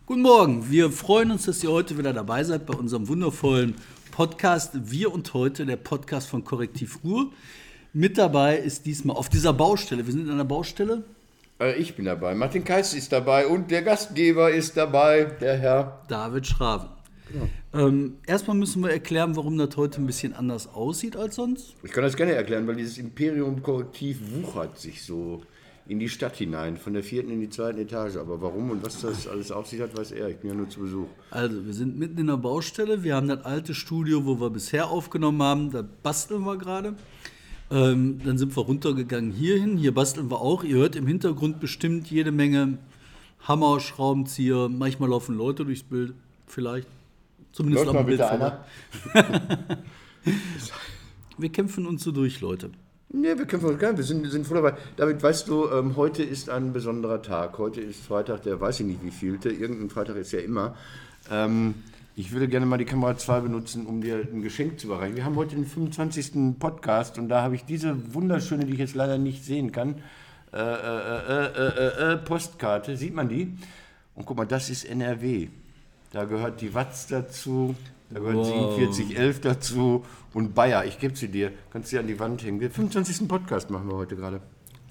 Guten Morgen, wir freuen uns, dass ihr heute wieder dabei seid bei unserem wundervollen Podcast Wir und Heute, der Podcast von Korrektiv Ruhr. Mit dabei ist diesmal auf dieser Baustelle, wir sind an der Baustelle. Ich bin dabei, Martin Keiß ist dabei und der Gastgeber ist dabei, der Herr David Schraven. Ja. Erstmal müssen wir erklären, warum das heute ein bisschen anders aussieht als sonst. Ich kann das gerne erklären, weil dieses Imperium Korrektiv wuchert sich so in die Stadt hinein, von der 4. in die 2. Etage. Aber warum und was das alles auf sich hat, weiß er. Ich bin ja nur zu Besuch. Also, wir sind mitten in der Baustelle. Wir haben das alte Studio, wo wir bisher aufgenommen haben. Da basteln wir gerade. Dann sind wir runtergegangen hierhin. Hier basteln wir auch. Ihr hört im Hintergrund bestimmt jede Menge Hammer, Schraubenzieher. Manchmal laufen Leute durchs Bild. Vielleicht. Zumindest Läuft am mal Bild bitte vorbei. einer. Wir kämpfen uns so durch, Leute. Nee, wir kämpfen uns gar nicht. Wir sind voll dabei. David, weißt du, heute ist ein besonderer Tag. Heute ist Freitag, der weiß ich nicht wie vielte. Irgendein Freitag ist ja immer. Ich würde gerne mal die Kamera 2 benutzen, um dir ein Geschenk zu überreichen. Wir haben heute den 25. Podcast und da habe ich diese wunderschöne, die ich jetzt leider nicht sehen kann, Postkarte. Sieht man die? Und guck mal, das ist NRW. Da gehört die Watz dazu. Da gehört 4711 dazu und Bayer, ich gebe sie dir, kannst sie an die Wand hängen. Den 25. Podcast machen wir heute gerade.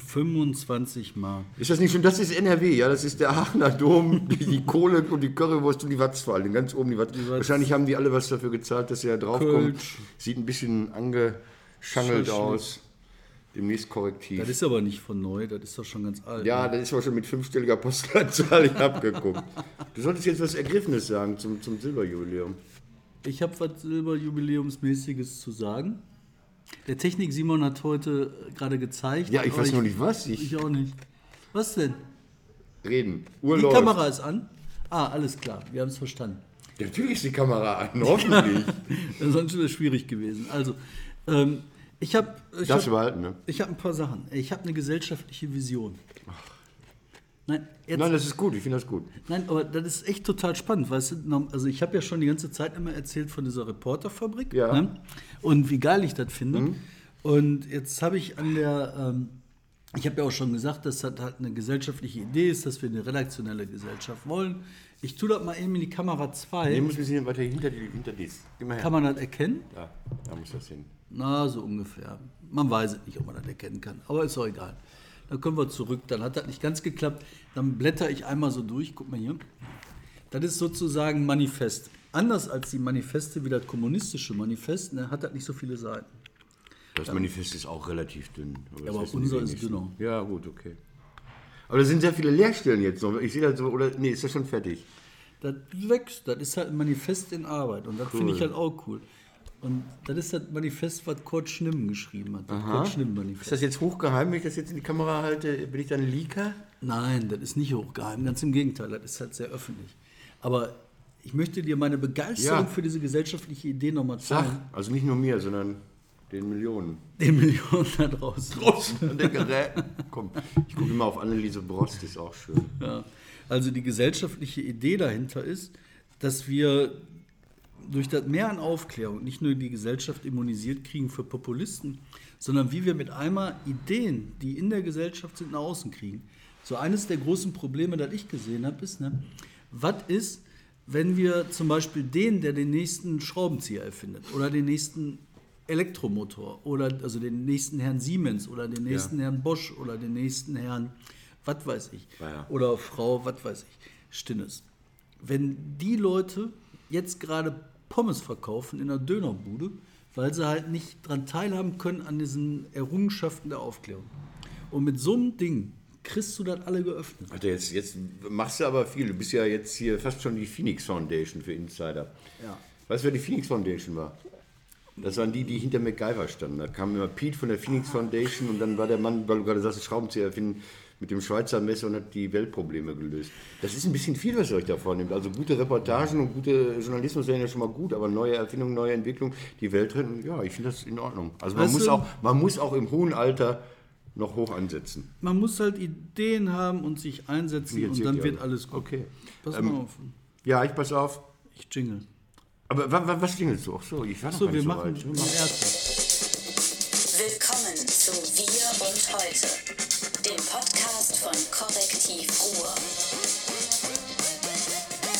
25 Mal. Ist das nicht schon? Das ist NRW, ja, das ist der Aachener Dom, die Kohle und die Currywurst und die Watz vor allem, ganz oben die Watz. Wahrscheinlich haben die alle was dafür gezahlt, dass sie da draufkommen. Sieht ein bisschen angeschangelt aus. Demnächst Korrektiv. Das ist aber nicht von neu, das ist doch schon ganz alt. Ja, das ist aber schon mit 5-stelliger Postleitzahl, ich habe geguckt. Du solltest jetzt was Ergriffenes sagen zum Silberjubiläum. Ich habe was Silberjubiläumsmäßiges zu sagen. Der Technik-Simon hat heute gerade gezeigt. Ja, ich weiß noch nicht was. Ich auch nicht. Was denn? Reden. Die Kamera ist an? Ah, alles klar, wir haben es verstanden. Ja, natürlich ist die Kamera an, hoffentlich. Sonst wäre es schwierig gewesen. Also, ich habe ein paar Sachen. Ich habe eine gesellschaftliche Vision. Nein, das ist gut, ich finde das gut. Nein, aber das ist echt total spannend, weißt du, also ich habe ja schon die ganze Zeit immer erzählt von dieser Reporterfabrik, ja. Ne? Und wie geil ich das finde. Mhm. Und jetzt habe ich ich habe ja auch schon gesagt, dass das halt eine gesellschaftliche Idee ist, dass wir eine redaktionelle Gesellschaft wollen. Ich tue das mal eben in die Kamera 2. Nee, muss ein bisschen weiter hinter dies. Kann man das erkennen? Ja, da muss das hin. Na, so ungefähr. Man weiß es nicht, ob man das erkennen kann, aber ist auch egal. Dann können wir zurück, dann hat das nicht ganz geklappt. Dann blätter ich einmal so durch, guck mal hier. Das ist sozusagen ein Manifest. Anders als die Manifeste wie das kommunistische Manifest, ne, hat das nicht so viele Seiten. Das Manifest ist auch relativ dünn. Aber unser ist dünner. Ja, gut, okay. Aber da sind sehr viele Leerstellen jetzt noch. Ich sehe das so, oder, nee, ist das schon fertig? Das wächst, das ist halt ein Manifest in Arbeit und das finde ich halt auch cool. Und das ist das Manifest, was Kurt Schnimm geschrieben hat. Das Kurt Schnimm-Manifest. Ist das jetzt hochgeheim, wenn ich das jetzt in die Kamera halte? Bin ich dann ein Leaker? Nein, das ist nicht hochgeheim. Ganz im Gegenteil, das ist halt sehr öffentlich. Aber ich möchte dir meine Begeisterung für diese gesellschaftliche Idee nochmal zeigen. Also nicht nur mir, sondern den Millionen. Den Millionen da draußen. An den Geräten. Komm, ich gucke immer auf Anneliese Brost, das ist auch schön. Ja, also die gesellschaftliche Idee dahinter ist, dass wir durch das Mehr an Aufklärung nicht nur die Gesellschaft immunisiert kriegen für Populisten, sondern wie wir mit einmal Ideen, die in der Gesellschaft sind, nach außen kriegen. So eines der großen Probleme, das ich gesehen habe, ist, was ist, wenn wir zum Beispiel der den nächsten Schraubenzieher erfindet oder den nächsten Elektromotor oder also den nächsten Herrn Siemens oder den nächsten Herrn Bosch oder den nächsten Herrn, was weiß ich, oder Frau, was weiß ich, Stinnes. Wenn die Leute jetzt gerade Pommes verkaufen in einer Dönerbude, weil sie halt nicht dran teilhaben können an diesen Errungenschaften der Aufklärung. Und mit so einem Ding kriegst du das alle geöffnet. Alter, jetzt machst du aber viel. Du bist ja jetzt hier fast schon die Phoenix Foundation für Insider. Ja. Weißt du, wer die Phoenix Foundation war? Das waren die hinter MacGyver standen. Da kam immer Pete von der Phoenix Foundation und dann war der Mann, weil du gerade sagst, Schraubenzieher erfinden, mit dem Schweizer Messer und hat die Weltprobleme gelöst. Das ist ein bisschen viel, was ihr euch da vornimmt. Also gute Reportagen und gute Journalismus wären ja schon mal gut, aber neue Erfindungen, neue Entwicklungen, die Welt retten, ja, ich finde das in Ordnung. Also man muss auch im hohen Alter noch hoch ansetzen. Man muss halt Ideen haben und sich einsetzen und dann wird alles gut. Okay. Pass mal auf. Ja, ich pass auf. Ich jingle. Aber was jingelst du? Ach so, ich war noch wir nicht machen so weit. Willkommen zu Wir und Heute, dem Podcast von Korrektiv Ruhr.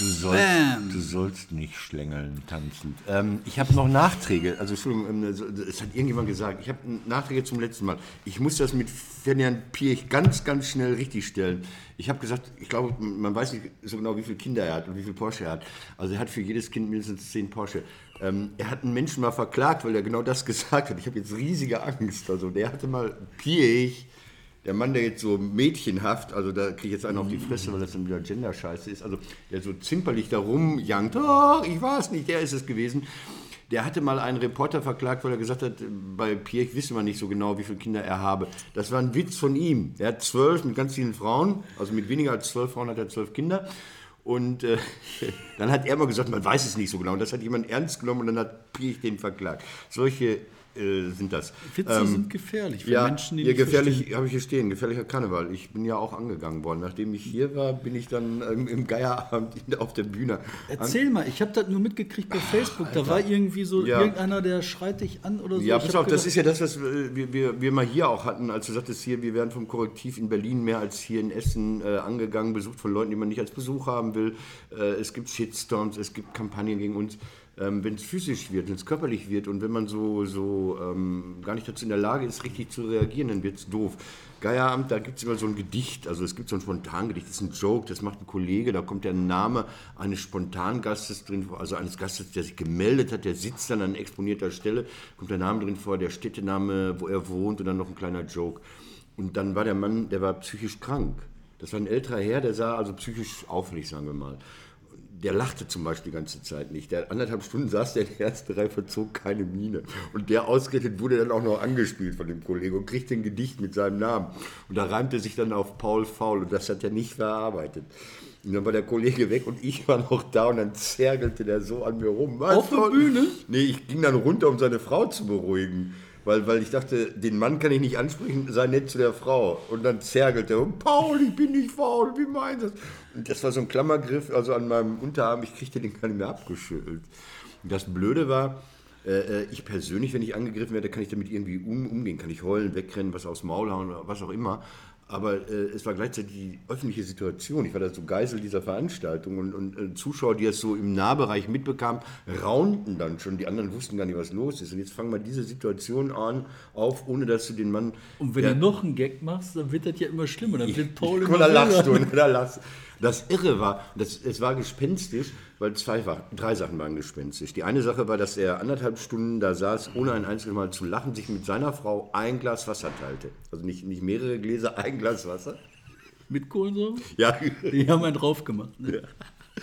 Du sollst nicht schlängeln, tanzend. Ich habe noch Nachträge. Also, Entschuldigung, es hat irgendjemand gesagt. Ich habe Nachträge zum letzten Mal. Ich muss das mit Ferdinand Piëch ganz, ganz schnell richtigstellen. Ich habe gesagt, ich glaube, man weiß nicht so genau, wie viele Kinder er hat und wie viel Porsche er hat. Also, er hat für jedes Kind mindestens 10 Porsche. Er hat einen Menschen mal verklagt, weil er genau das gesagt hat. Ich habe jetzt riesige Angst. Also, der hatte mal Piëch. Der Mann, der jetzt so mädchenhaft, also da kriege ich jetzt einen auf die Fresse, weil das dann wieder Gender-Scheiße ist, also der so zimperlich da rumjankt, ich weiß nicht, der ist es gewesen. Der hatte mal einen Reporter verklagt, weil er gesagt hat, bei Piëch wissen wir nicht so genau, wie viele Kinder er habe. Das war ein Witz von ihm. Er hat 12 mit ganz vielen Frauen, also mit weniger als 12 Frauen hat er 12 Kinder. Und dann hat er mal gesagt, man weiß es nicht so genau. Und das hat jemand ernst genommen und dann hat Piëch den verklagt. Solche sind das. Witze sind gefährlich für Menschen, die nicht gefährlich, verstehen. Habe ich hier stehen, gefährlicher Karneval. Ich bin ja auch angegangen worden. Nachdem ich hier war, bin ich dann im Geierabend auf der Bühne. Erzähl mal, ich habe das nur mitgekriegt bei Facebook. Alter. Da war irgendwie so irgendeiner, der schreit dich an oder so. Ja, pass auf, das ist ja das, was wir mal hier auch hatten, als du sagtest, hier, wir werden vom Korrektiv in Berlin mehr als hier in Essen angegangen, besucht von Leuten, die man nicht als Besuch haben will. Es gibt Shitstorms, es gibt Kampagnen gegen uns. Wenn es physisch wird, wenn es körperlich wird und wenn man so gar nicht dazu in der Lage ist, richtig zu reagieren, dann wird es doof. Geierabend, da gibt es immer so ein Gedicht, also es gibt so ein Spontangedicht, das ist ein Joke, das macht ein Kollege, da kommt der Name eines Spontangastes drin vor, also eines Gastes, der sich gemeldet hat, der sitzt dann an exponierter Stelle, kommt der Name drin vor, der Städtename, wo er wohnt und dann noch ein kleiner Joke. Und dann war der Mann, der war psychisch krank. Das war ein älterer Herr, der sah also psychisch auffällig, sagen wir mal. Der lachte zum Beispiel die ganze Zeit nicht. Der 1,5 Stunden saß der in der ersten Reihe, verzog keine Miene. Und der ausgerechnet wurde dann auch noch angespielt von dem Kollegen und kriegte ein Gedicht mit seinem Namen. Und da reimte er sich dann auf Paul Faul und das hat er nicht verarbeitet. Und dann war der Kollege weg und ich war noch da und dann zergelte der so an mir rum. Auf der Bühne? Nee, ich ging dann runter, um seine Frau zu beruhigen. Weil ich dachte, den Mann kann ich nicht ansprechen, sei nett zu der Frau. Und dann zergelte er, Paul, ich bin nicht faul, wie meinst du das? Und das war so ein Klammergriff, also an meinem Unterarm, ich kriegte den gar nicht mehr abgeschüttelt. Und das Blöde war, ich persönlich, wenn ich angegriffen werde, kann ich damit irgendwie umgehen, kann ich heulen, wegrennen, was aufs Maul hauen oder was auch immer. Aber es war gleichzeitig die öffentliche Situation. Ich war da so Geisel dieser Veranstaltung und Zuschauer, die das so im Nahbereich mitbekamen, raunten dann schon. Die anderen wussten gar nicht, was los ist. Und jetzt fangen wir diese Situation auf, ohne dass du den Mann... Und wenn du noch einen Gag machst, dann wird das ja immer schlimmer. Dann wird Paul immer... Da lachst du, da lachst. Das Irre war, es war gespenstisch, weil 3 Sachen waren gespenstisch. Die eine Sache war, dass er 1,5 Stunden da saß, ohne ein einziges Mal zu lachen, sich mit seiner Frau ein Glas Wasser teilte. Also nicht mehrere Gläser, ein Glas Wasser. Mit Kohlensäure? Ja. Die haben einen drauf gemacht. Ne? Ja.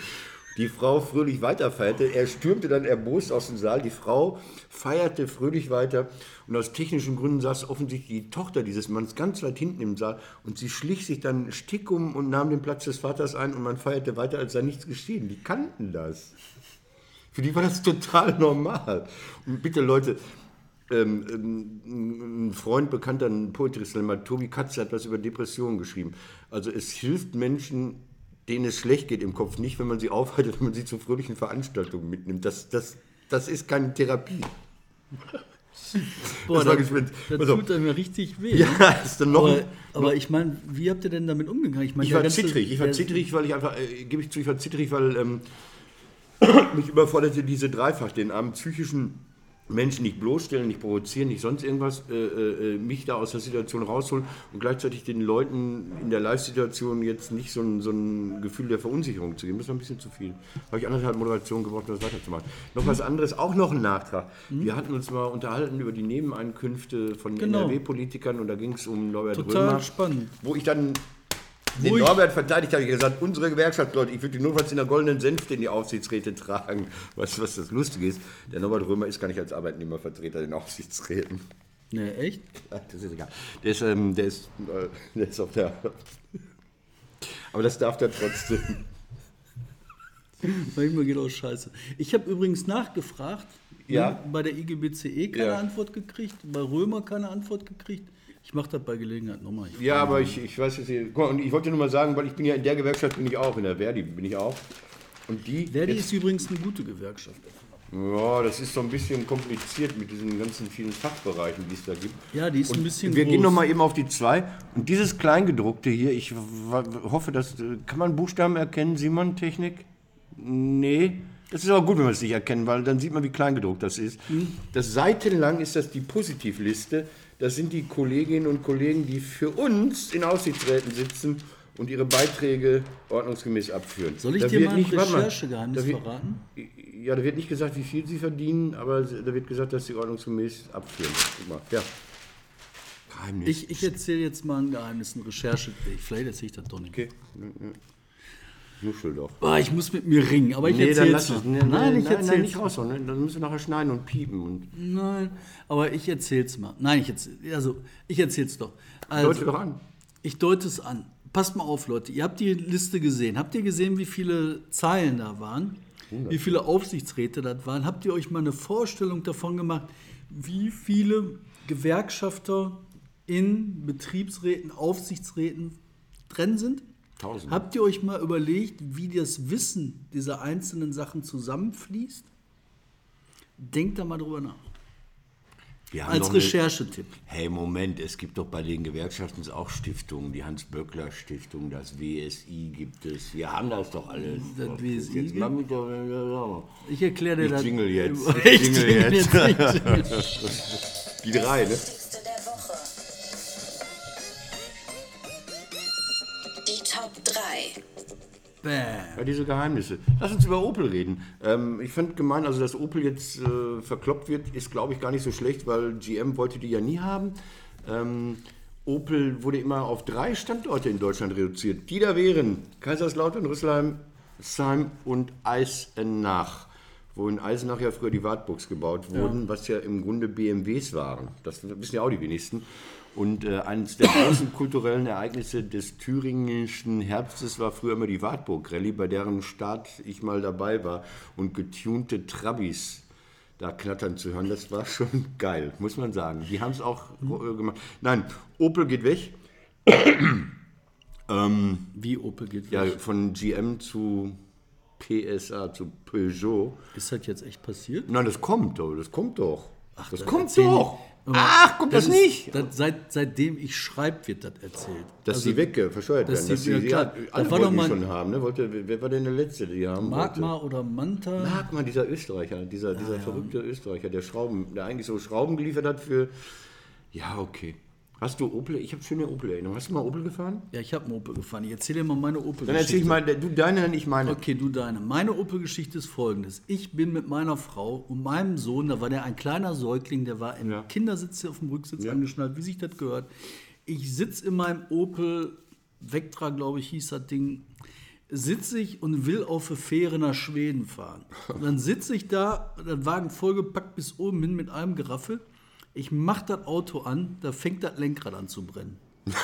Die Frau fröhlich weiterfeierte. Er stürmte dann erbost aus dem Saal. Die Frau feierte fröhlich weiter. Und aus technischen Gründen saß offensichtlich die Tochter dieses Manns ganz weit hinten im Saal. Und sie schlich sich dann stick um und nahm den Platz des Vaters ein. Und man feierte weiter, als sei nichts geschehen. Die kannten das. Für die war das total normal. Und bitte Leute, ein Freund, Bekannter, ein Poetry Slammer, Tobi Katze, hat was über Depressionen geschrieben. Also es hilft Menschen, denen es schlecht geht im Kopf, nicht, wenn man sie aufhaltet, wenn man sie zu fröhlichen Veranstaltungen mitnimmt. Das ist keine Therapie. Boah, das tut einem ja richtig weh. Ja, ist dann noch. Aber ich meine, wie habt ihr denn damit umgegangen? Ich war zittrig, weil ich einfach, gebe ich zu, ich war zittrig, weil mich überforderte diese Dreifach, den armen psychischen Menschen nicht bloßstellen, nicht provozieren, nicht sonst irgendwas, mich da aus der Situation rausholen und gleichzeitig den Leuten in der Live-Situation jetzt nicht so ein Gefühl der Verunsicherung zu geben. Das war ein bisschen zu viel. Habe ich 1,5 Moderationen gebraucht, um das weiterzumachen. Noch was anderes, auch noch ein Nachtrag. Wir hatten uns mal unterhalten über die Nebeneinkünfte von NRW-Politikern und da ging es um Norbert Römer. Total spannend. Wo ich dann den Norbert verteidigt habe, ich gesagt, unsere Gewerkschaft, Leute, ich würde die notfalls in der goldenen Sänfte in die Aufsichtsräte tragen. Weißt du, was das Lustige ist? Der Norbert Römer ist gar nicht als Arbeitnehmervertreter in Aufsichtsräten. Ne, echt? Das ist egal. Der ist auf der... Aber das darf der trotzdem. Manchmal geht auch scheiße. Ich habe übrigens nachgefragt, bei der IGBCE keine Antwort gekriegt, bei Römer keine Antwort gekriegt. Ich mache das bei Gelegenheit nochmal. Ja, aber ich weiß jetzt nicht. Und ich wollte nur mal sagen, weil ich bin ja in der Gewerkschaft, bin ich auch, in der Verdi bin ich auch. Und Verdi ist übrigens eine gute Gewerkschaft. Ja, das ist so ein bisschen kompliziert mit diesen ganzen vielen Fachbereichen, die es da gibt. Ja, die ist ein bisschen Wir gehen nochmal eben auf die 2. Und dieses Kleingedruckte hier, ich hoffe, kann man Buchstaben erkennen, Simon, Technik? Nee, das ist aber gut, wenn wir es nicht erkennen, weil dann sieht man, wie kleingedruckt das ist. Das seitenlang ist das die Positivliste. Das sind die Kolleginnen und Kollegen, die für uns in Aufsichtsräten sitzen und ihre Beiträge ordnungsgemäß abführen. Soll ich dir mal ein Recherchegeheimnis verraten? Ja, da wird nicht gesagt, wie viel sie verdienen, aber da wird gesagt, dass sie ordnungsgemäß abführen. Guck mal, ja. Geheimnis. Ich erzähle jetzt mal ein Geheimnis, ein Recherche. Vielleicht erzähle ich das doch nicht. Okay. Nuschel doch. Ich muss mit mir ringen, aber ich erzähle es mal. Nein, ich erzähle nicht raus. Dann müssen wir nachher schneiden und piepen. Nein, aber ich erzähle es mal. Nein, ich erzähle es doch. Also, Deute doch an. Ich deute es an. Passt mal auf, Leute. Ihr habt die Liste gesehen. Habt ihr gesehen, wie viele Zeilen da waren? 100. Wie viele Aufsichtsräte das waren? Habt ihr euch mal eine Vorstellung davon gemacht, wie viele Gewerkschafter in Betriebsräten, Aufsichtsräten drin sind? 1000. Habt ihr euch mal überlegt, wie das Wissen dieser einzelnen Sachen zusammenfließt? Denkt da mal drüber nach. Als Recherchetipp. Hey, Moment, es gibt doch bei den Gewerkschaften auch Stiftungen, die Hans-Böckler-Stiftung, das WSI gibt es. Wir haben das doch alles. Das WSI jetzt mal mit der, ich erkläre dir das. Ich jingle jetzt. Die 3, ne? Liste der Woche. Die Top 3. Ja, diese Geheimnisse. Lass uns über Opel reden. Ich fand gemein, also dass Opel jetzt verkloppt wird, ist glaube ich gar nicht so schlecht, weil GM wollte die ja nie haben. Opel wurde immer auf 3 Standorte in Deutschland reduziert. Die da wären Kaiserslautern, Rüsselsheim und Eisenach. Wo in Eisenach ja früher die Wartburgs gebaut wurden, was ja im Grunde BMWs waren. Das wissen ja auch die wenigsten. Und eines der großen kulturellen Ereignisse des thüringischen Herbstes war früher immer die Wartburg-Rallye, bei deren Start ich mal dabei war und getunte Trabis da knattern zu hören. Das war schon geil, muss man sagen. Die haben es auch gemacht. Nein, Opel geht weg. Wie Opel geht weg? Ja, von GM zu PSA, zu Peugeot. Ist das jetzt echt passiert? Nein, das kommt doch. Ach, das kommt doch. Ach, kommt das nicht? Seitdem ich schreibe, wird das erzählt. Dass sie verscheuert werden. Dass sie alle wollten die schon haben. Ne? Wer war denn der Letzte, die haben Magma oder Manta? Magma, dieser Österreicher, dieser verrückte Österreicher, der eigentlich so Schrauben geliefert hat für... Ja, okay. Hast du Opel? Ich habe schöne Opel-Erinnerungen. Hast du mal Opel gefahren? Ja, ich habe einen Opel gefahren. Ich erzähle dir mal meine Opel-Geschichte. Dann erzähl ich mal, du deine, dann ich meine. Okay, du deine. Meine Opel-Geschichte ist folgendes. Ich bin mit meiner Frau und meinem Sohn, da war der ein kleiner Säugling, der war im Kindersitz auf dem Rücksitz angeschnallt, wie sich das gehört. Ich sitze in meinem Opel Vectra, glaube ich, hieß das Ding, sitze ich und will auf eine Fähre nach Schweden fahren. Und dann sitze ich da, der Wagen vollgepackt bis oben hin mit einem Geraffel. Ich mache das Auto an, da fängt das Lenkrad an zu brennen.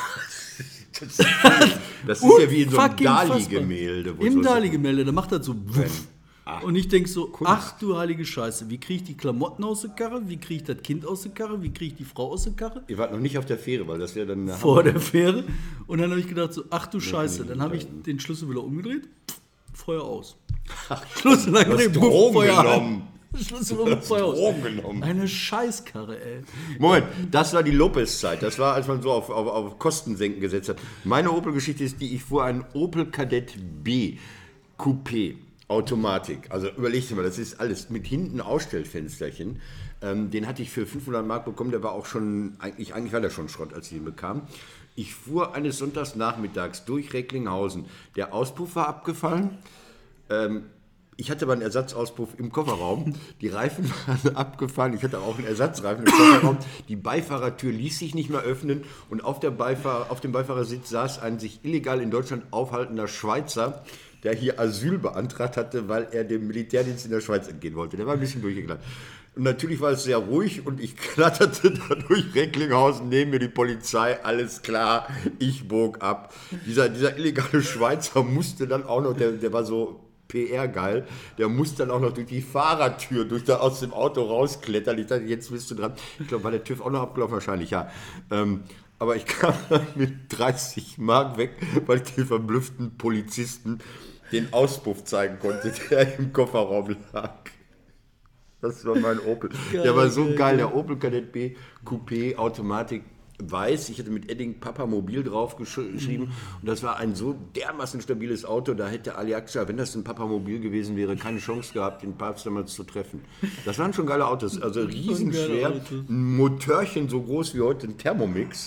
Das ist ja wie in so einem Dali-Gemälde. Im Dali-Gemälde, da macht das so wuff. Und ich denke so, ach du heilige Scheiße, wie kriege ich die Klamotten aus der Karre, wie kriege ich das Kind aus der Karre, wie kriege ich die Frau aus der Karre? Ihr wart noch nicht auf der Fähre, weil das wäre dann... Vor der Fähre. Und dann habe ich gedacht so, ach du Scheiße, dann habe ich den Schlüssel wieder umgedreht, Feuer aus. Schlüssel angedreht, Feuer an. Schlüssel um Feuer aus. Eine Scheißkarre, ey. Moment, das war die Lopez-Zeit. Das war, als man so auf Kostensenken gesetzt hat. Meine Opel-Geschichte ist die, ich fuhr einen Opel Kadett B Coupé. Automatik. Also überleg dir mal, das ist alles mit hinten Ausstellfensterchen. Den hatte ich für 500 Mark bekommen, der war auch schon, eigentlich war der schon Schrott, als ich ihn bekam. Ich fuhr eines Sonntagsnachmittags durch Recklinghausen. Der Auspuff war abgefallen. Ich hatte aber einen Ersatzauspuff im Kofferraum. Die Reifen waren abgefahren. Ich hatte auch einen Ersatzreifen im Kofferraum. Die Beifahrertür ließ sich nicht mehr öffnen. Und auf dem Beifahrersitz saß ein sich illegal in Deutschland aufhaltender Schweizer, der hier Asyl beantragt hatte, weil er dem Militärdienst in der Schweiz entgehen wollte. Der war ein bisschen durchgeknallt. Und natürlich war es sehr ruhig und ich klatterte da durch Recklinghausen, neben mir die Polizei, alles klar, ich bog ab. Dieser illegale Schweizer musste dann auch noch, der war so PR-geil, der musste dann auch noch durch die Fahrertür, aus dem Auto rausklettern. Ich dachte, jetzt bist du dran. Ich glaube, war der TÜV auch noch abgelaufen? Wahrscheinlich, ja. Aber ich kam dann mit 30 Mark weg, weil ich den verblüfften Polizisten den Auspuff zeigen konnte, der im Kofferraum lag. Das war mein Opel. Der war so geil, der Opel Kadett B Coupé Automatik. weiß, ich hatte mit Edding Papamobil draufgeschrieben und das war ein so dermaßen stabiles Auto, da hätte Ali Akça, wenn das ein Papamobil gewesen wäre, keine Chance gehabt, den Papst damals zu treffen. Das waren schon geile Autos, also riesenschwer, ein Motörchen so groß wie heute ein Thermomix.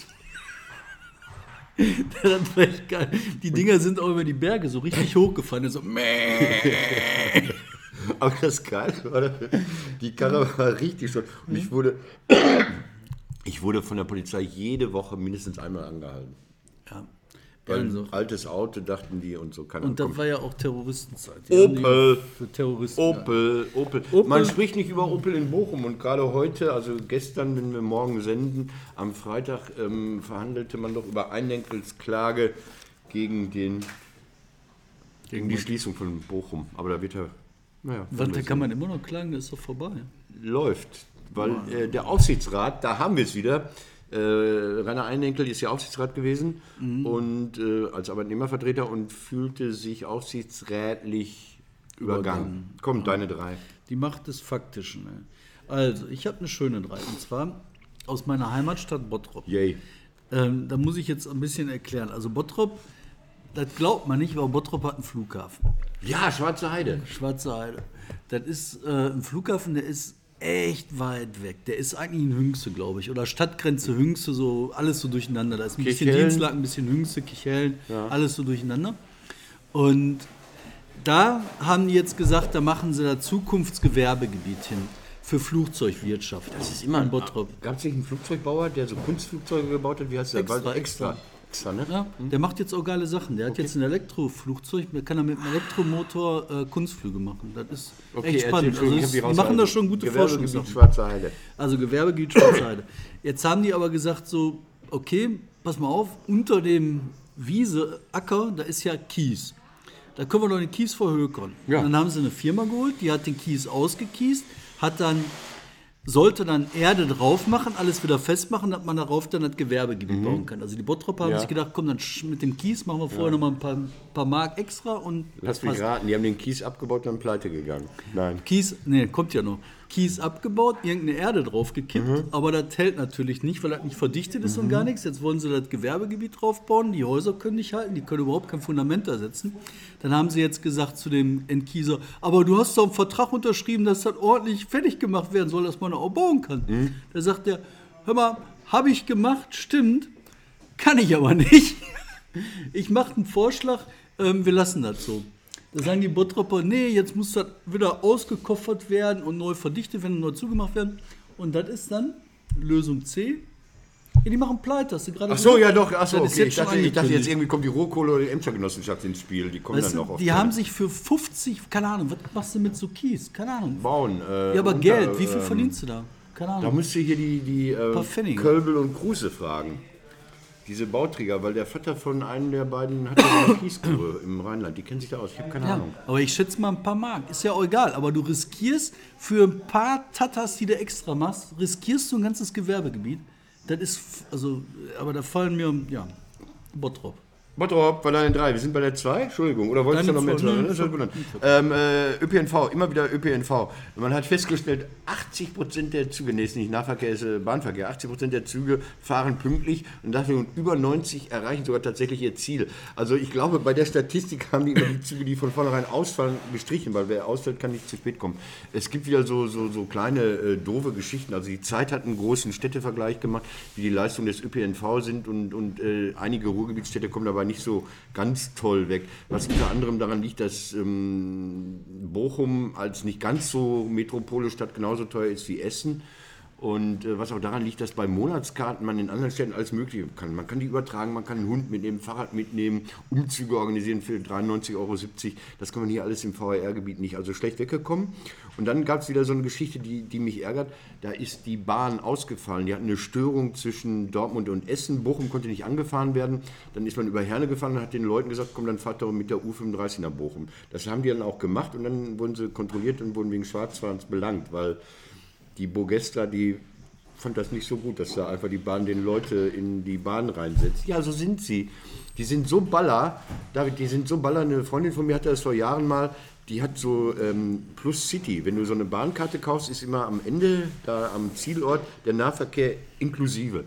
Das war echt geil. Die Dinger sind auch über die Berge so richtig hochgefahren. So Aber das Geile war, die Karre war richtig schon. Und ich wurde von der Polizei jede Woche mindestens einmal angehalten. Ja. Weil So. altes Auto, dachten die und so. Und das war ja auch Terroristenzeit. Opel. Für Terroristen. Opel. Man spricht nicht über Opel in Bochum. Und gerade heute, also gestern, wenn wir morgen senden, am Freitag verhandelte man doch über Einlenkelsklage gegen die Schließung von Bochum. Aber da wird Da kann man immer noch klagen, das ist doch vorbei. Läuft. Weil der Aufsichtsrat, da haben wir es wieder, Rainer Einenkel ist ja Aufsichtsrat gewesen und als Arbeitnehmervertreter und fühlte sich aufsichtsrätlich übergangen. Komm, deine 3. Die Macht des Faktischen. Ne? Also, ich habe eine schöne 3. Und zwar aus meiner Heimatstadt Bottrop. Yay. Da muss ich jetzt ein bisschen erklären. Also Bottrop, das glaubt man nicht, aber Bottrop hat einen Flughafen. Ja, Schwarze Heide. Schwarze Heide. Das ist ein Flughafen, der ist echt weit weg. Der ist eigentlich in Hünxe, glaube ich. Oder Stadtgrenze Hünxe, so alles so durcheinander. Da ist ein bisschen Dienstlaken, ein bisschen Hünxe, Kichellen, alles so durcheinander. Und da haben die jetzt gesagt, da machen sie da Zukunftsgewerbegebiet hin für Flugzeugwirtschaft. Das ist immer in Bottrop. Gab es nicht einen Flugzeugbauer, der so Kunstflugzeuge gebaut hat? Wie heißt der? Extra, ne? Ja, der macht jetzt auch geile Sachen. Der hat jetzt ein Elektroflugzeug, der kann da mit einem Elektromotor Kunstflüge machen. Das ist echt spannend. Also die machen da schon gute Forschungssachen. Schwarze Heide. Also Gewerbegebiet Schwarze Heide. Jetzt haben die aber gesagt so, okay, pass mal auf, unter dem Acker, da ist ja Kies. Da können wir doch den Kies verhökern. Ja. Dann haben sie eine Firma geholt, die hat den Kies ausgekiest, sollte dann Erde drauf machen, alles wieder festmachen, dass man darauf dann das Gewerbegebiet bauen kann. Also die Bottroper haben sich gedacht, komm, dann mit dem Kies machen wir vorher noch mal ein paar Mark extra. Und lass mich raten, die haben den Kies abgebaut und dann pleite gegangen. Nein. Kommt ja noch. Kies abgebaut, irgendeine Erde drauf gekippt, aber das hält natürlich nicht, weil das nicht verdichtet ist und gar nichts. Jetzt wollen sie das Gewerbegebiet drauf bauen, die Häuser können nicht halten, die können überhaupt kein Fundament da setzen. Dann haben sie jetzt gesagt zu dem Entkieser, aber du hast doch einen Vertrag unterschrieben, dass das ordentlich fertig gemacht werden soll, dass man auch bauen kann. Da sagt er, hör mal, habe ich gemacht, stimmt, kann ich aber nicht. Ich mache einen Vorschlag, wir lassen das so. Da sagen die Bottroper, nee, jetzt muss das wieder ausgekoffert werden und neu verdichtet werden und neu zugemacht werden. Und das ist dann Lösung C. Ja, die machen pleite, hast du gerade gesagt. Ach so, ja doch, okay. Ich dachte jetzt irgendwie kommt die Rohkohle oder die Emscher Genossenschaft ins Spiel. Die kommen dann noch auf. Die haben sich für 50, keine Ahnung, was machst du mit so Kies? Keine Ahnung. Bauen. Ja, aber Geld, wie viel verdienst du da? Keine Ahnung. Da müsst ihr hier die Kölbel und Kruse fragen. Diese Bauträger, weil der Vater von einem der beiden hat ja eine Kiesgrube im Rheinland. Die kennen sich da aus, ich habe keine Ahnung. Aber ich schätze mal ein paar Mark. Ist ja auch egal, aber du riskierst für ein paar Tatas, die du extra machst, riskierst du ein ganzes Gewerbegebiet. Das ist, also, aber da fallen mir, Bottrop. Bottrop war deine 3, wir sind bei der 2, Entschuldigung, oder wolltest du noch mehr sagen? ÖPNV, immer wieder ÖPNV. Man hat festgestellt, 80% der Züge, nee, ist nicht Nahverkehr, ist Bahnverkehr, 80% der Züge fahren pünktlich und dafür über 90 erreichen sogar tatsächlich ihr Ziel. Also ich glaube, bei der Statistik haben die immer die Züge, die von vornherein ausfallen, gestrichen, weil wer ausfällt, kann nicht zu spät kommen. Es gibt wieder so kleine doofe Geschichten. Also die Zeit hat einen großen Städtevergleich gemacht, wie die Leistungen des ÖPNV sind und einige Ruhrgebietsstädte kommen dabei nicht so ganz toll weg. Was unter anderem daran liegt, dass Bochum als nicht ganz so Metropole-Stadt genauso teuer ist wie Essen. Und was auch daran liegt, dass bei Monatskarten man in anderen Städten alles Mögliche kann. Man kann die übertragen, man kann einen Hund mitnehmen, Fahrrad mitnehmen, Umzüge organisieren für 93,70 €. Das kann man hier alles im VR-Gebiet nicht. Also schlecht weggekommen. Und dann gab es wieder so eine Geschichte, die mich ärgert. Da ist die Bahn ausgefallen. Die hatten eine Störung zwischen Dortmund und Essen. Bochum konnte nicht angefahren werden. Dann ist man über Herne gefahren und hat den Leuten gesagt, komm, dann fahrt doch mit der U35 nach Bochum. Das haben die dann auch gemacht und dann wurden sie kontrolliert und wurden wegen Schwarzfahrens belangt, weil die Bogestra, die fand das nicht so gut, dass da einfach die Bahn den Leute in die Bahn reinsetzt. Ja, so sind sie. Die sind so Baller, David, eine Freundin von mir hatte das vor Jahren mal, die hat so Plus City. Wenn du so eine Bahnkarte kaufst, ist immer am Ende, da am Zielort, der Nahverkehr inklusive.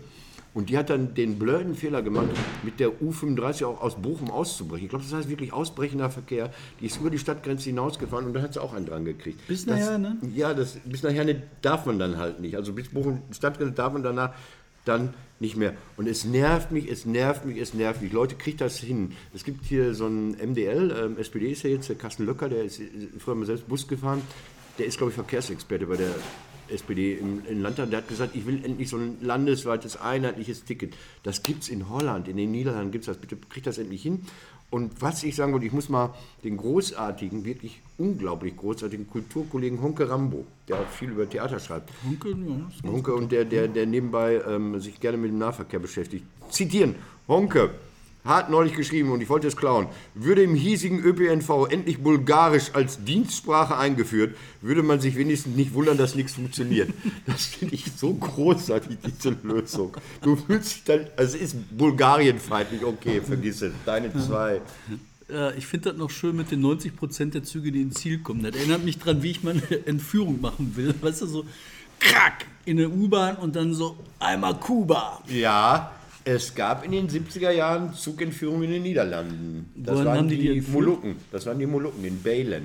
Und die hat dann den blöden Fehler gemacht, mit der U35 auch aus Bochum auszubrechen. Ich glaube, das heißt wirklich ausbrechender Verkehr. Die ist über die Stadtgrenze hinausgefahren und da hat sie auch einen dran gekriegt. Bis nachher, ne? Ja, bis nachher darf man dann halt nicht. Also bis Bochum Stadtgrenze darf man danach dann nicht mehr. Und es nervt mich. Leute, kriegt das hin. Es gibt hier so einen MDL, SPD ist ja jetzt, der Carsten Löcker, der ist früher mal selbst Bus gefahren. Der ist, glaube ich, Verkehrsexperte bei der SPD im Landtag, der hat gesagt, ich will endlich so ein landesweites, einheitliches Ticket. Das gibt es in Holland, in den Niederlanden gibt es das. Bitte kriegt das endlich hin. Und was ich sagen wollte, ich muss mal den großartigen, wirklich unglaublich großartigen Kulturkollegen Honke Rambo, der auch viel über Theater schreibt. Honke und der nebenbei sich gerne mit dem Nahverkehr beschäftigt. Zitieren, Honke hat neulich geschrieben, und ich wollte es klauen, würde im hiesigen ÖPNV endlich Bulgarisch als Dienstsprache eingeführt, würde man sich wenigstens nicht wundern, dass nichts funktioniert. Das finde ich so großartig, diese Lösung. Du fühlst dich dann, also es ist bulgarienfeindlich, okay, vergiss es, deine zwei. Ich finde das noch schön mit den 90% der Züge, die ins Ziel kommen. Das erinnert mich dran, wie ich meine Entführung machen will. Weißt du, so krack in der U-Bahn und dann so einmal Kuba. Ja, es gab in den 70er Jahren Zugentführungen in den Niederlanden. Das Woran waren haben die Molukken. Das waren die Molukken in Beilen.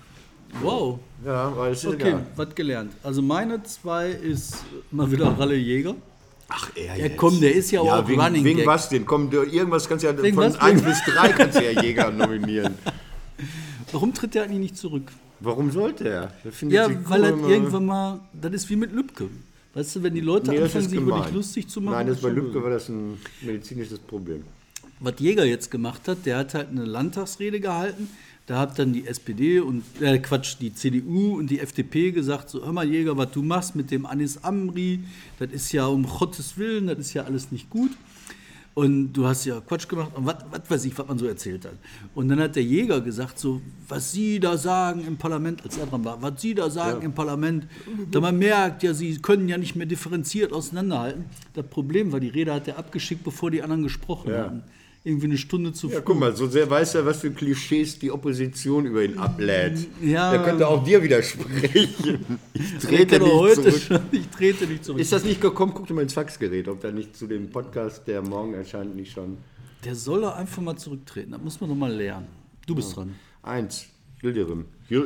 Wow. Ja, aber es ist Okay, egal. was gelernt. Also meine 2 ist mal wieder Ralle Jäger. Ach, Ja, jetzt. komm, der ist ja auch Running wegen Gag. was denn? Komm, irgendwas kannst du ja Wegen von was? 1 bis 3 kannst du ja Jäger nominieren. Warum tritt der eigentlich nicht zurück? Warum sollte er? Der findet Ja, sich weil cool, er immer- irgendwann mal, das ist wie mit Lübcke. Weißt du, wenn die Leute Nee, das anfangen, ist sich über dich gemein. lustig zu machen. Nein, das bei ist schon Lübcke war das ein medizinisches Problem. was Jäger jetzt gemacht hat, der hat halt eine Landtagsrede gehalten. Da hat dann die SPD und, die CDU und die FDP gesagt, so, hör mal Jäger, was du machst mit dem Anis Amri, das ist ja um Gottes Willen, das ist ja alles nicht gut. Und du hast ja Quatsch gemacht und was weiß ich, was man so erzählt hat. Und dann hat der Jäger gesagt, so, was Sie da sagen im Parlament, als er dran war, was Sie da sagen im Parlament, da man merkt, ja, Sie können ja nicht mehr differenziert auseinanderhalten. Das Problem war, die Rede hat er abgeschickt, bevor die anderen gesprochen hatten. Irgendwie eine Stunde zu früh. Ja, guck mal, so sehr weiß er, was für Klischees die Opposition über ihn ablädt. Ja. Der könnte auch dir widersprechen. Ich Ich trete trete nicht heute zurück. schon, ich trete nicht zurück. Ist das nicht gekommen? Guck dir mal ins Faxgerät, ob da nicht zu dem Podcast, der morgen erscheint, nicht schon... Der soll doch einfach mal zurücktreten, das muss man doch mal lernen. Du bist dran. 1, Yildirim.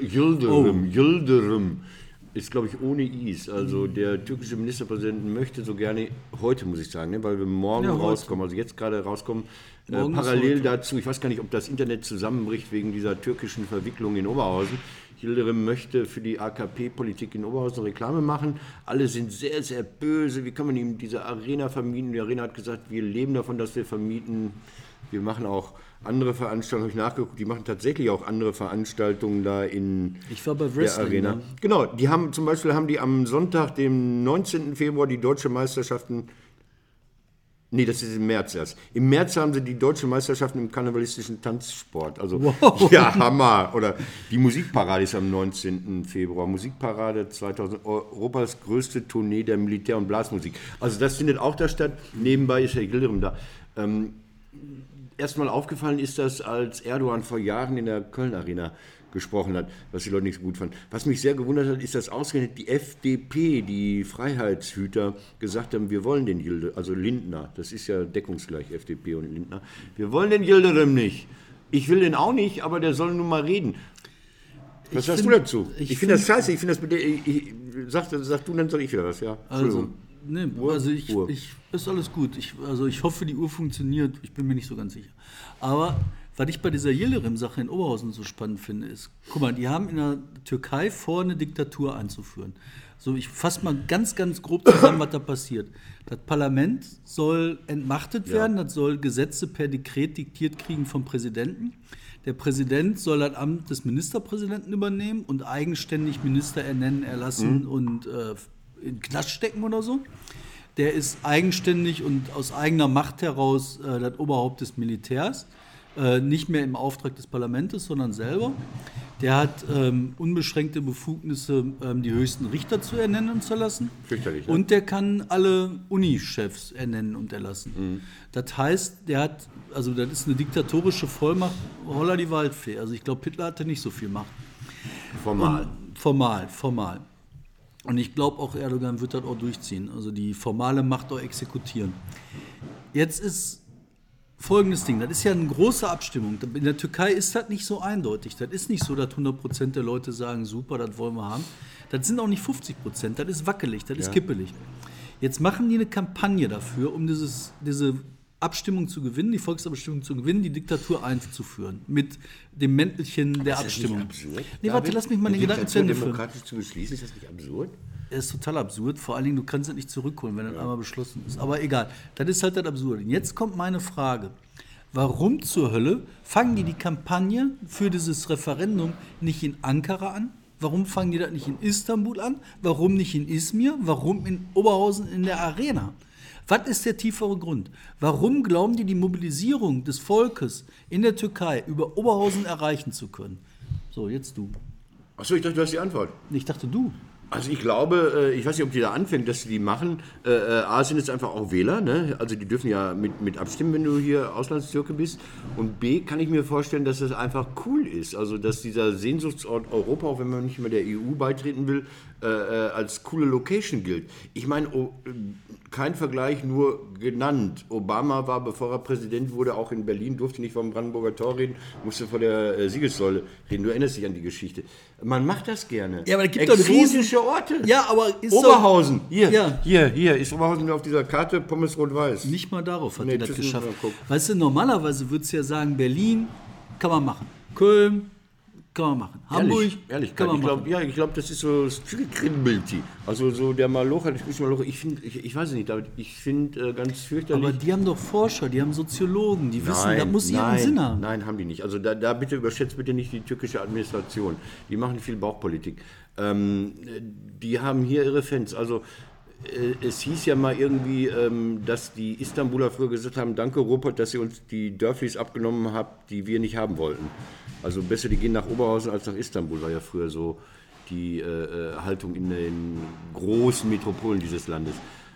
Yildirim ist, glaube ich, ohne Is. Also der türkische Ministerpräsident möchte so gerne, heute muss ich sagen, ne, weil wir morgen Ja, heute. rauskommen, also jetzt gerade rauskommen, Morgen ist parallel heute. dazu, ich weiß gar nicht, ob das Internet zusammenbricht wegen dieser türkischen Verwicklung in Oberhausen. Yildirim möchte für die AKP-Politik in Oberhausen Reklame machen. Alle sind sehr, sehr böse. Wie kann man ihm diese Arena vermieten? Die Arena hat gesagt, wir leben davon, dass wir vermieten. Wir machen auch andere Veranstaltungen, habe ich nachgeguckt, die machen tatsächlich auch andere Veranstaltungen da in Ich war bei der Wrestling. Arena. Ne? Genau, die haben zum Beispiel am Sonntag, dem 19. Februar, die deutsche Meisterschaften. Nee, das ist im März erst. Im März haben sie die deutschen Meisterschaften im karnevalistischen Tanzsport. Also, Wow. ja, Hammer. Oder die Musikparade ist am 19. Februar. Musikparade 2000, Europas größte Tournee der Militär- und Blasmusik. Also das findet auch da statt. Nebenbei ist Herr Yildirim da. Erstmal aufgefallen ist das, als Erdogan vor Jahren in der Köln-Arena gesprochen hat, was die Leute nicht so gut fanden. Was mich sehr gewundert hat, ist, dass ausgerechnet die FDP, die Freiheitshüter, gesagt haben, wir wollen den Yildirim, also Lindner, das ist ja deckungsgleich FDP und Lindner, wir wollen den Yildirim nicht. Ich will den auch nicht, aber der soll nun mal reden. Was sagst du dazu? Ich finde das scheiße, ich finde das mit der, sag du, dann sag ich wieder was, ja. Also, nee, Uhr? also ich, Uhr. ist alles gut. Ich hoffe, die Uhr funktioniert. Ich bin mir nicht so ganz sicher. Aber was ich bei dieser Yildirim-Sache in Oberhausen so spannend finde, ist, guck mal, die haben in der Türkei vor, eine Diktatur einzuführen. So, ich fasse mal ganz, ganz grob zusammen, was da passiert. Das Parlament soll entmachtet werden, das soll Gesetze per Dekret diktiert kriegen vom Präsidenten. Der Präsident soll das Amt des Ministerpräsidenten übernehmen und eigenständig Minister ernennen, erlassen und in den Knast stecken oder so. Der ist eigenständig und aus eigener Macht heraus das Oberhaupt des Militärs. Nicht mehr im Auftrag des Parlaments, sondern selber. Der hat unbeschränkte Befugnisse, die höchsten Richter zu ernennen und zu erlassen. Fürchterlich, ne? Und der kann alle Unichefs ernennen und erlassen. Das heißt, das ist eine diktatorische Vollmacht, holla die Waldfee. Also ich glaube, Hitler hatte nicht so viel Macht. Formal. Formal. Und ich glaube auch, Erdogan wird das auch durchziehen. Also die formale Macht auch exekutieren. Jetzt ist folgendes Ding, das ist ja eine große Abstimmung. In der Türkei ist das nicht so eindeutig. Das ist nicht so, dass 100% der Leute sagen, super, das wollen wir haben. Das sind auch nicht 50%, das ist wackelig, das ist kippelig. Jetzt machen die eine Kampagne dafür, um diese Abstimmung zu gewinnen, die Volksabstimmung zu gewinnen, die Diktatur einzuführen. Mit dem Mäntelchen der Abstimmung. Ist das nicht absurd? Nee, warte, lass mich mal den Gedanken zu Ende führen. Demokratisch zu beschließen, ist das nicht absurd? Das ist total absurd. Vor allen Dingen, du kannst es nicht zurückholen, wenn das einmal beschlossen ist. Aber egal, das ist halt das Absurde. Und jetzt kommt meine Frage. Warum zur Hölle fangen die Kampagne für dieses Referendum nicht in Ankara an? Warum fangen die das nicht in Istanbul an? Warum nicht in Izmir? Warum in Oberhausen in der Arena? Was ist der tiefere Grund? Warum glauben die Mobilisierung des Volkes in der Türkei über Oberhausen erreichen zu können? So, jetzt du. Achso, ich dachte, du hast die Antwort. Ich dachte, du. Also ich glaube, ich weiß nicht, ob die da anfängt, dass sie die machen. A sind jetzt einfach auch Wähler, ne? Also die dürfen ja mit abstimmen, wenn du hier Auslandstürke bist. Und B kann ich mir vorstellen, dass das einfach cool ist. Also dass dieser Sehnsuchtsort Europa, auch wenn man nicht mehr der EU beitreten will, als coole Location gilt. Ich meine, kein Vergleich, nur genannt. Obama war, bevor er Präsident wurde, auch in Berlin, durfte nicht vom Brandenburger Tor reden, musste vor der Siegessäule reden. Du erinnerst dich an die Geschichte. Man macht das gerne. Ja, aber es gibt doch exotische Orte. Ja, aber ist Oberhausen. Hier, Ja. hier ist Oberhausen auf dieser Karte, Pommes rot-weiß. Nicht mal darauf hat Nee, die das das geschafft. müssen wir gucken. Weißt du, normalerweise würdest du ja sagen, Berlin kann man machen. Köln kann man machen. Hamburg Ehrlich, kann man machen. ich glaube, das ist so Kriminbilti. Also so der Malocher, ich weiß es nicht, aber ich finde ganz fürchterlich. Aber die haben doch Forscher, die haben Soziologen, die wissen, das muss ihren Sinn haben. Nein, haben die nicht. Also da bitte überschätzt bitte nicht die türkische Administration. Die machen viel Bauchpolitik. Die haben hier ihre Fans. Also es hieß ja mal irgendwie, dass die Istanbuler früher gesagt haben, danke Ruppert, dass ihr uns die Dörflis abgenommen habt, die wir nicht haben wollten. Also besser, die gehen nach Oberhausen als nach Istanbul, war ja früher so die Haltung in den großen Metropolen dieses Landes.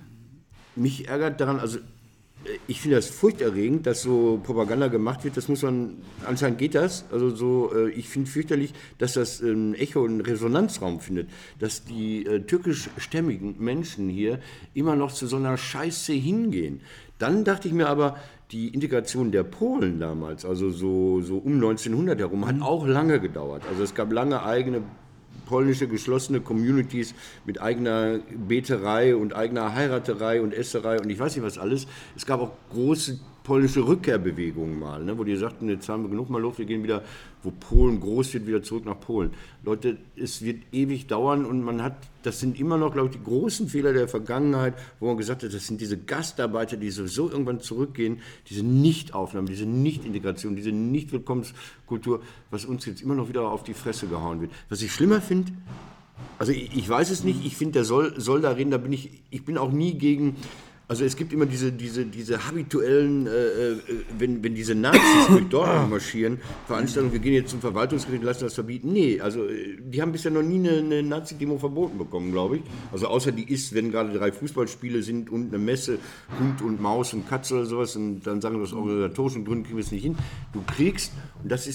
Mich ärgert daran, also ich finde das furchterregend, dass so Propaganda gemacht wird. Das muss man, anscheinend geht das. Also so, ich finde fürchterlich, dass das ein Echo, einen Resonanzraum findet. Dass die türkischstämmigen Menschen hier immer noch zu so einer Scheiße hingehen. Dann dachte ich mir aber, die Integration der Polen damals, also so um 1900 herum, hat auch lange gedauert. Also es gab lange eigene polnische geschlossene Communities mit eigener Beterei und eigener Heiraterei und Esserei und ich weiß nicht was alles. Es gab auch große polnische Rückkehrbewegungen mal, ne, wo die sagten, jetzt haben wir genug mal Luft, wir gehen wieder, wo Polen groß wird, wieder zurück nach Polen. Leute, es wird ewig dauern und das sind immer noch, glaube ich, die großen Fehler der Vergangenheit, wo man gesagt hat, das sind diese Gastarbeiter, die sowieso irgendwann zurückgehen, diese Nichtaufnahme, diese Nichtintegration, diese Nichtwillkommenskultur, was uns jetzt immer noch wieder auf die Fresse gehauen wird. Was ich schlimmer finde, also ich weiß es nicht, ich finde, der soll da reden, ich bin auch nie gegen. Also es gibt immer diese habituellen, wenn diese Nazis durch Dortmund marschieren, Veranstaltungen, wir gehen jetzt zum Verwaltungsgericht und lassen das verbieten. Nee, also die haben bisher noch nie eine Nazi-Demo verboten bekommen, glaube ich. Also außer die ist, wenn gerade 3 Fußballspiele sind und eine Messe, Hund und Maus und Katze oder sowas, und dann sagen wir aus organisatorischen Gründen kriegen wir es nicht hin. Du kriegst, und das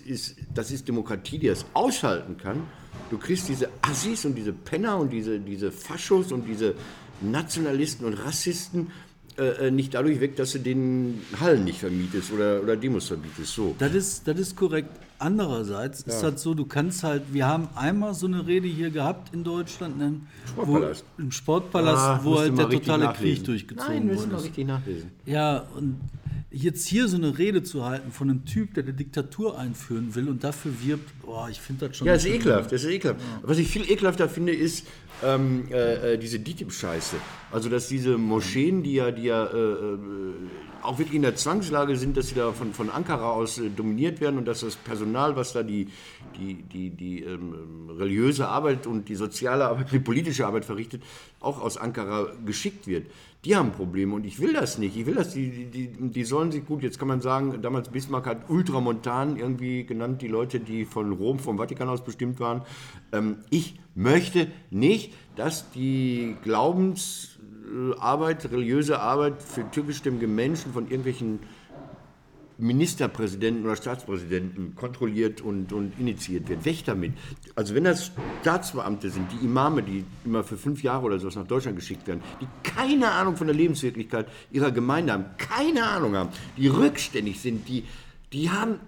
ist Demokratie, die das aushalten kann, du kriegst diese Assis und diese Penner und diese Faschos und diese Nationalisten und Rassisten nicht dadurch weg, dass du den Hallen nicht vermietest oder Demos verbietest. So. Das ist korrekt. Andererseits ist das so, du kannst halt, wir haben einmal so eine Rede hier gehabt in Deutschland, ne, im Sportpalast, wo halt der totale Krieg durchgezogen wurde. Müssen wir richtig nachlesen. Ja, und jetzt hier so eine Rede zu halten von einem Typ, der eine Diktatur einführen will und dafür wirbt, ich finde das schon... Ja, das ist ekelhaft. Ja. Was ich viel ekelhafter finde, ist diese DİTİB-Scheiße. Also, dass diese Moscheen, die ja auch wirklich in der Zwangslage sind, dass sie da von Ankara aus dominiert werden und dass das Personal, was da die religiöse Arbeit und die soziale Arbeit, die politische Arbeit verrichtet, auch aus Ankara geschickt wird. Die haben Probleme und ich will das nicht. Ich will das, die sollen sich gut, jetzt kann man sagen, damals Bismarck hat Ultramontan irgendwie genannt, die Leute, die von Rom, vom Vatikan aus bestimmt waren. Ich möchte nicht, dass die Glaubensarbeit, religiöse Arbeit für türkischstämmige Menschen von irgendwelchen Ministerpräsidenten oder Staatspräsidenten kontrolliert und initiiert wird. Weg damit. Also wenn das Staatsbeamte sind, die Imame, die immer für 5 Jahre oder sowas nach Deutschland geschickt werden, die keine Ahnung von der Lebenswirklichkeit ihrer Gemeinde haben, keine Ahnung haben, die rückständig sind, die haben,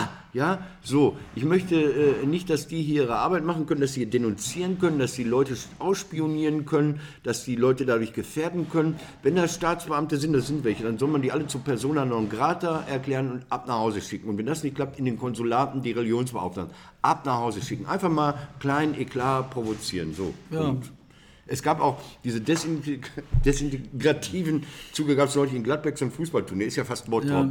ich möchte nicht, dass die hier ihre Arbeit machen können, dass sie denunzieren können, dass die Leute ausspionieren können, dass die Leute dadurch gefährden können. Wenn das Staatsbeamte sind, das sind welche, dann soll man die alle zu persona non grata erklären und ab nach Hause schicken. Und wenn das nicht klappt, in den Konsulaten die Religionsbeauftragten ab nach Hause schicken. Einfach mal kleinen Eklat provozieren. So. Ja. Und es gab auch diese desintegrativen Züge, gab es neulich in Gladbeck so ein Fußballturnier, ist ja fast Bottrop,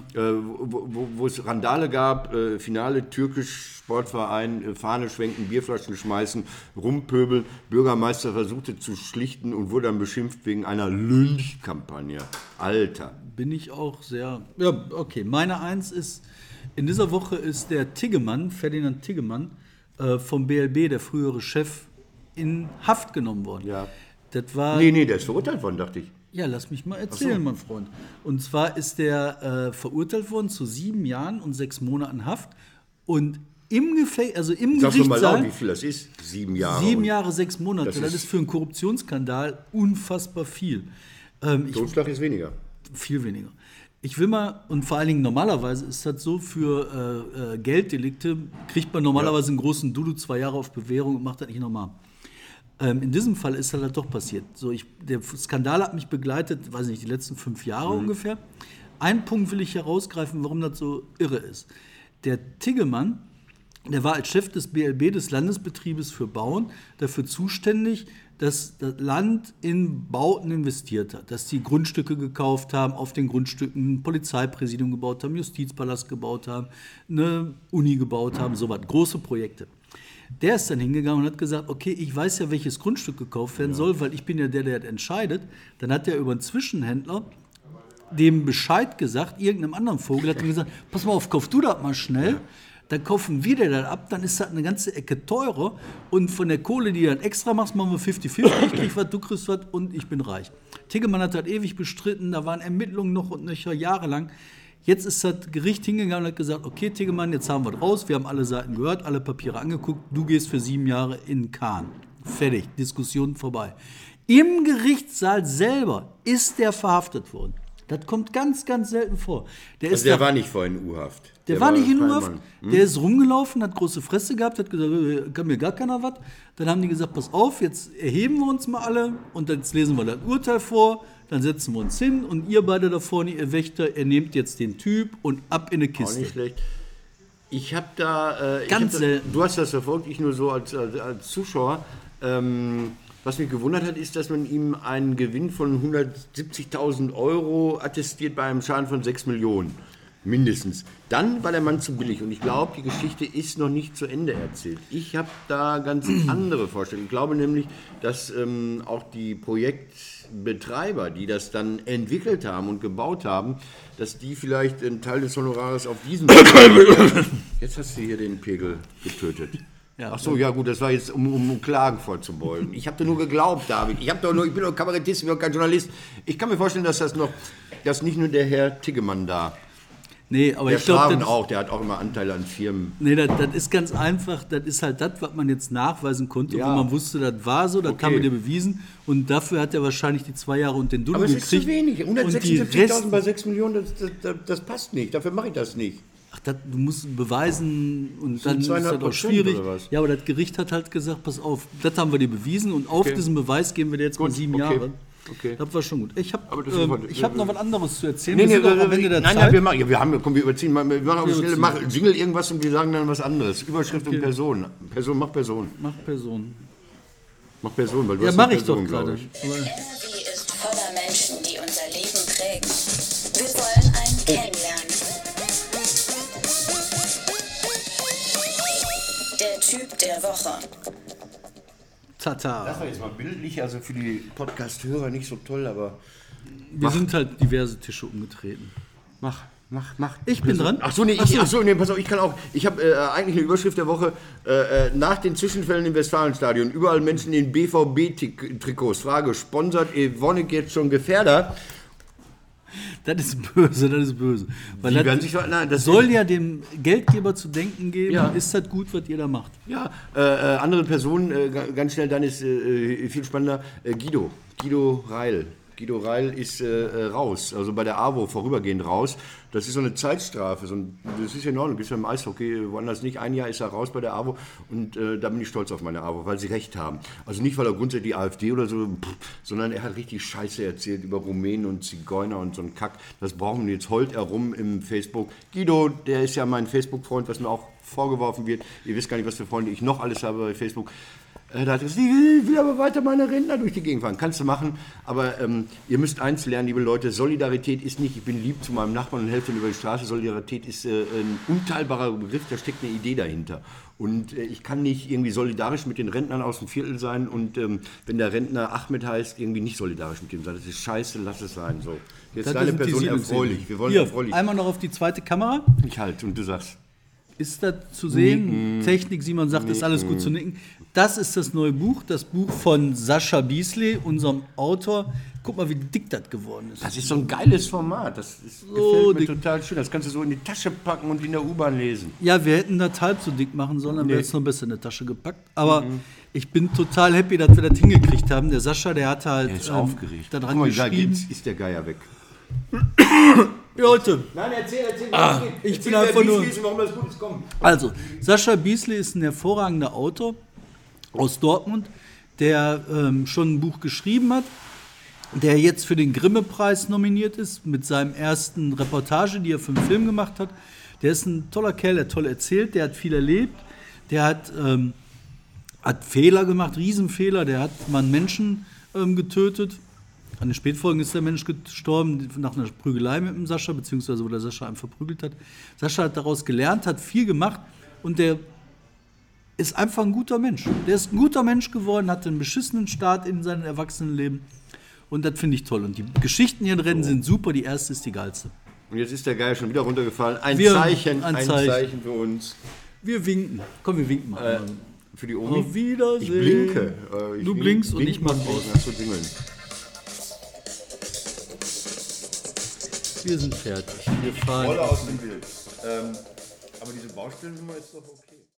wo es Randale gab, Finale türkisch Sportverein, Fahne schwenken, Bierflaschen schmeißen, rumpöbeln, Bürgermeister versuchte zu schlichten und wurde dann beschimpft wegen einer Lynchkampagne. Alter. Bin ich auch sehr, ja, okay, meine Eins ist, in dieser Woche ist der Tiggemann, Ferdinand Tiggemann, vom BLB, der frühere Chef, in Haft genommen worden. Ja. Das war, Nee, der ist verurteilt worden, dachte ich. Ja, lass mich mal erzählen, mein Freund. Und zwar ist der verurteilt worden zu 7 Jahren und 6 Monaten Haft. Und im Gefängnis, also im Sagst du mal Gerichtssaal, laut, wie viel das ist? 7 Jahre. 7 Jahre, 6 Monate. Das Das ist für einen Korruptionsskandal unfassbar viel. Totschlag ist weniger. Viel weniger. Ich will mal, und vor allen Dingen normalerweise ist das so, für Gelddelikte kriegt man normalerweise einen großen Dudu, 2 Jahre auf Bewährung und macht das nicht nochmal. In diesem Fall ist das halt doch passiert. So, der Skandal hat mich begleitet, weiß nicht, die letzten 5 Jahre ungefähr. Einen Punkt will ich herausgreifen, warum das so irre ist. Der Tiggemann, der war als Chef des BLB, des Landesbetriebes für Bauen, dafür zuständig, dass das Land in Bauten investiert hat, dass die Grundstücke gekauft haben, auf den Grundstücken ein Polizeipräsidium gebaut haben, Justizpalast gebaut haben, eine Uni gebaut haben, sowas, große Projekte. Der ist dann hingegangen und hat gesagt, okay, ich weiß ja, welches Grundstück gekauft werden soll, weil ich bin ja der das entscheidet. Dann hat er über einen Zwischenhändler dem Bescheid gesagt, irgendeinem anderen Vogel, hat ihm gesagt, pass mal auf, kauf du das mal schnell, dann kaufen wir dir das ab, dann ist das eine ganze Ecke teurer und von der Kohle, die du dann extra machst, machen wir 50-50, ich krieg was, du kriegst was und ich bin reich. Tiggemann hat das ewig bestritten, da waren Ermittlungen noch und nöcher jahrelang. Jetzt ist das Gericht hingegangen und hat gesagt, okay, Tiggemann, jetzt haben wir das raus, wir haben alle Seiten gehört, alle Papiere angeguckt, du gehst für 7 Jahre in Kahn. Fertig, Diskussion vorbei. Im Gerichtssaal selber ist der verhaftet worden. Das kommt ganz, ganz selten vor. Der war nicht vorher in U-Haft. Der war nicht in U-Haft, der ist rumgelaufen, hat große Fresse gehabt, hat gesagt, kann mir gar keiner was. Dann haben die gesagt, pass auf, jetzt erheben wir uns mal alle und jetzt lesen wir das Urteil vor, dann setzen wir uns hin und ihr beide da vorne, ihr Wächter, ihr nehmt jetzt den Typ und ab in eine Kiste. Auch nicht schlecht. Ich habe da... Ganz selten. Du hast das verfolgt, ich nur so als Zuschauer. Was mich gewundert hat, ist, dass man ihm einen Gewinn von 170.000 Euro attestiert bei einem Schaden von 6 Millionen. Mindestens. Dann war der Mann zu billig. Und ich glaube, die Geschichte ist noch nicht zu Ende erzählt. Ich habe da ganz andere Vorstellungen. Ich glaube nämlich, dass auch die Projektbetreiber, die das dann entwickelt haben und gebaut haben, dass die vielleicht einen Teil des Honorars auf diesen... Jetzt hast du hier den Pegel getötet. Ja. Ach so, ja gut, das war jetzt, um Klagen vorzubeugen. Ich habe dir nur geglaubt, David. Ich bin doch Kabarettist, ich bin doch kein Journalist. Ich kann mir vorstellen, dass nicht nur der Herr Tiggemann da... Nee, aber der ich glaube, auch, der hat auch immer Anteile an Firmen. Nee, das ist ganz einfach, das ist halt das, was man jetzt nachweisen konnte, Ja. wo man wusste, das war so, das Okay. haben wir dir bewiesen und dafür hat er wahrscheinlich die 2 Jahre und den Dudu Aber es gekriegt. ist zu wenig. Und die 176.000 bei 6 Millionen, das passt nicht. Dafür mache ich das nicht. Ach, du musst beweisen und dann ist das 2,5% auch schwierig. oder was? Ja, aber das Gericht hat halt gesagt, pass auf, das haben wir dir bewiesen und auf diesen Beweis geben wir dir jetzt mal 7 Jahre. Okay. Das war schon gut. Ich Aber das habe ist noch was anderes zu erzählen. Nee, Wir sind auch am Ende der Zeit. wir überziehen mal. Wir machen aber schnell, Jingle irgendwas und wir sagen dann was anderes. Überschrift und Person. Mach Person. Mach Person. Mach Person, weil du Ja, hast mach eine ich doch Person, glaub gerade. ich. NRW ist voller Menschen, die unser Leben prägen. Wir wollen einen kennenlernen. Der Typ der Woche. Tata. Das war jetzt mal bildlich, also für die Podcast-Hörer nicht so toll, aber Wir sind halt diverse Tische umgetreten. mach. Ich bin dran? Ach so, nee, pass auf, ich kann auch. Ich habe eigentlich eine Überschrift der Woche. Nach den Zwischenfällen im Westfalenstadion, überall Menschen in BVB-Trikots. Frage, sponsert Evonik jetzt schon Gefährder? Das ist böse, das ist böse. Weil Die das werden sich, nein, das soll ja dem Geldgeber zu denken geben, Ja. ist das gut, was ihr da macht. Ja, andere Personen, ganz schnell, dann ist viel spannender, Guido Reil. Guido Reil ist raus, also bei der AWO vorübergehend raus. Das ist so eine Zeitstrafe, das ist ja in Ordnung, ist ja im Eishockey, woanders nicht. Ein Jahr ist er raus bei der AWO und da bin ich stolz auf meine AWO, weil sie recht haben. Also nicht, weil er grundsätzlich die AfD oder so, sondern er hat richtig Scheiße erzählt über Rumänen und Zigeuner und so einen Kack. Das brauchen wir jetzt, heult er rum im Facebook. Guido, der ist ja mein Facebook-Freund, was mir auch vorgeworfen wird. Ihr wisst gar nicht, was für Freunde ich noch alles habe bei Facebook. Da hat er gesagt, ich will aber weiter meine Rentner durch die Gegend fahren. Kannst du machen, aber ihr müsst eins lernen, liebe Leute, Solidarität ist nicht, ich bin lieb zu meinem Nachbarn und helfe ihm über die Straße. Solidarität ist ein unteilbarer Begriff, da steckt eine Idee dahinter. Und ich kann nicht irgendwie solidarisch mit den Rentnern aus dem Viertel sein und wenn der Rentner Ahmed heißt, irgendwie nicht solidarisch mit ihm sein. Das ist scheiße, lass es sein. So. Jetzt Das deine sind die Person Siedlungsszenen. erfreulich. Wir wollen Hier, erfreulich. einmal noch auf die zweite Kamera. Ich halt und du sagst. Ist das zu sehen? Technik, Simon sagt, ist alles gut zu nicken. Das ist das neue Buch, das Buch von Sascha Bisley, unserem Autor. Guck mal, wie dick das geworden ist. Das ist so ein geiles Format. Das gefällt mir total schön. Das kannst du so in die Tasche packen und in der U-Bahn lesen. Ja, wir hätten das halb so dick machen sollen, dann wäre es noch besser in der Tasche gepackt. Aber ich bin total happy, dass wir das hingekriegt haben. Der Sascha, der hat halt Er ist aufgeregt. da dran Guck mal, da geschrieben. ist der Geier weg. Leute, Nein, erzähl, ich bin einfach nur... warum das Gutes kommt. Also, Sascha Bisley ist ein hervorragender Autor aus Dortmund, der schon ein Buch geschrieben hat, der jetzt für den Grimme-Preis nominiert ist mit seinem ersten Reportage, die er für einen Film gemacht hat. Der ist ein toller Kerl, der toll erzählt, der hat viel erlebt, der hat Fehler gemacht, Riesenfehler, der hat mal einen Menschen getötet. An den Spätfolgen ist der Mensch gestorben nach einer Prügelei mit dem Sascha, beziehungsweise wo der Sascha einen verprügelt hat. Sascha hat daraus gelernt, hat viel gemacht und der ist einfach ein guter Mensch. Der ist ein guter Mensch geworden, hat einen beschissenen Start in seinem Erwachsenenleben und das finde ich toll. Und die Geschichten hier drin sind super, die erste ist die geilste. Und jetzt ist der Geier schon wieder runtergefallen. Ein Zeichen Zeichen für uns. Wir winken. Komm, wir winken mal. Für die Omi. Auf Wiedersehen. Ich blinke. Du blinkst und ich mach aus. Nach so Dingeln. Wir sind fertig. Wir fahren. Rolle aus dem Bild. Aber diese Baustellennummer ist doch okay.